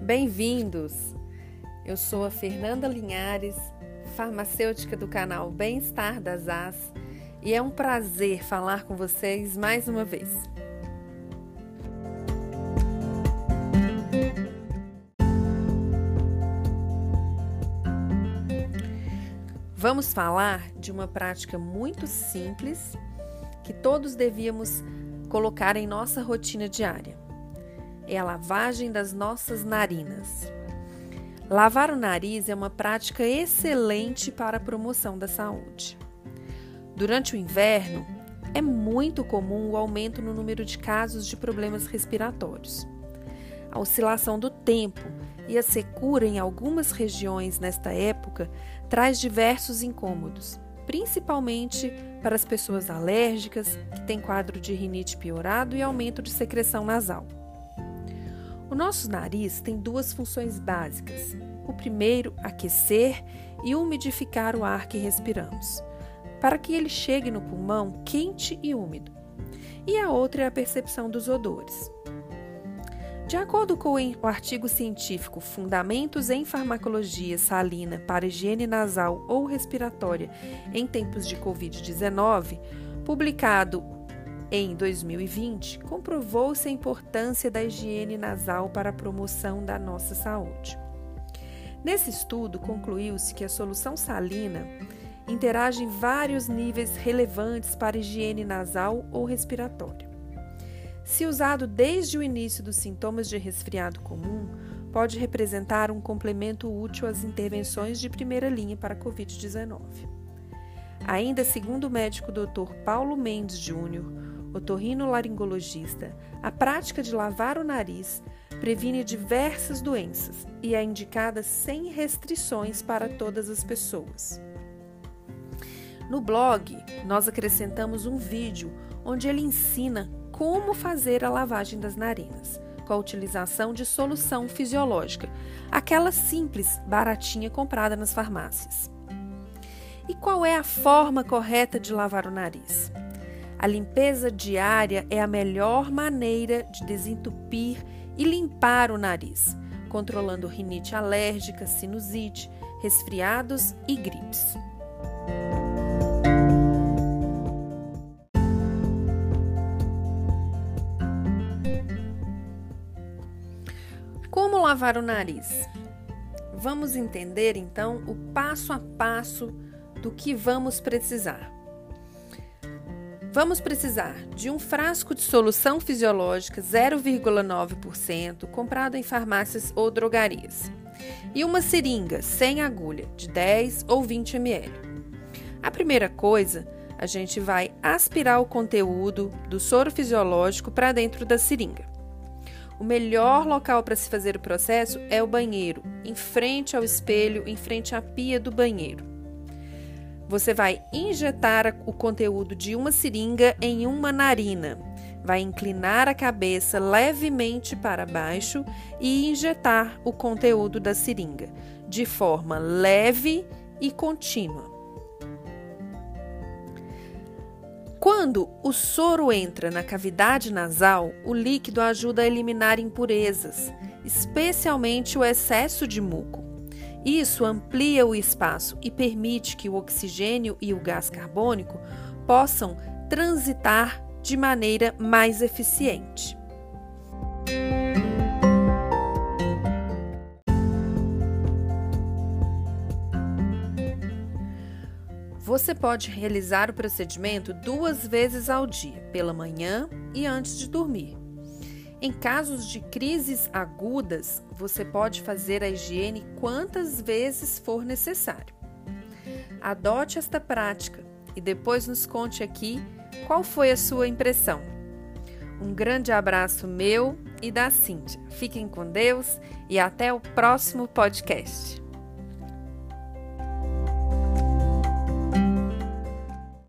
Bem-vindos! Eu sou a Fernanda Linhares, farmacêutica do canal Bem-Estar das As, e é um prazer falar com vocês mais uma vez. Vamos falar de uma prática muito simples que todos devíamos colocar em nossa rotina diária. É a lavagem das nossas narinas. Lavar o nariz é uma prática excelente para a promoção da saúde. Durante o inverno, é muito comum o aumento no número de casos de problemas respiratórios. A oscilação do tempo e a secura em algumas regiões nesta época traz diversos incômodos, principalmente para as pessoas alérgicas, que têm quadro de rinite piorado e aumento de secreção nasal. O nosso nariz tem duas funções básicas. O primeiro, aquecer e umidificar o ar que respiramos, para que ele chegue no pulmão quente e úmido. E a outra é a percepção dos odores. De acordo com o artigo científico Fundamentos em Farmacologia Salina para Higiene Nasal ou Respiratória em Tempos de Covid-19, publicado em 2020, comprovou-se a importância da higiene nasal para a promoção da nossa saúde. Nesse estudo, concluiu-se que a solução salina interage em vários níveis relevantes para a higiene nasal ou respiratória. Se usado desde o início dos sintomas de resfriado comum, pode representar um complemento útil às intervenções de primeira linha para a Covid-19. Ainda segundo o médico Dr. Paulo Mendes Júnior, otorrinolaringologista, a prática de lavar o nariz previne diversas doenças e é indicada sem restrições para todas as pessoas. No blog, nós acrescentamos um vídeo onde ele ensina como fazer a lavagem das narinas, com a utilização de solução fisiológica, aquela simples, baratinha comprada nas farmácias. E qual é a forma correta de lavar o nariz? A limpeza diária é a melhor maneira de desentupir e limpar o nariz, controlando rinite alérgica, sinusite, resfriados e gripes. Como lavar o nariz? Vamos entender então o passo a passo do que vamos precisar. Vamos precisar de um frasco de solução fisiológica 0,9% comprado em farmácias ou drogarias e uma seringa sem agulha de 10 ou 20 ml. A primeira coisa, a gente vai aspirar o conteúdo do soro fisiológico para dentro da seringa. O melhor local para se fazer o processo é o banheiro, em frente ao espelho, em frente à pia do banheiro. Você vai injetar o conteúdo de uma seringa em uma narina. Vai inclinar a cabeça levemente para baixo e injetar o conteúdo da seringa, de forma leve e contínua. Quando o soro entra na cavidade nasal, o líquido ajuda a eliminar impurezas, especialmente o excesso de muco. Isso amplia o espaço e permite que o oxigênio e o gás carbônico possam transitar de maneira mais eficiente. Você pode realizar o procedimento 2 vezes ao dia, pela manhã e antes de dormir. Em casos de crises agudas, você pode fazer a higiene quantas vezes for necessário. Adote esta prática e depois nos conte aqui qual foi a sua impressão. Um grande abraço meu e da Cíntia. Fiquem com Deus e até o próximo podcast.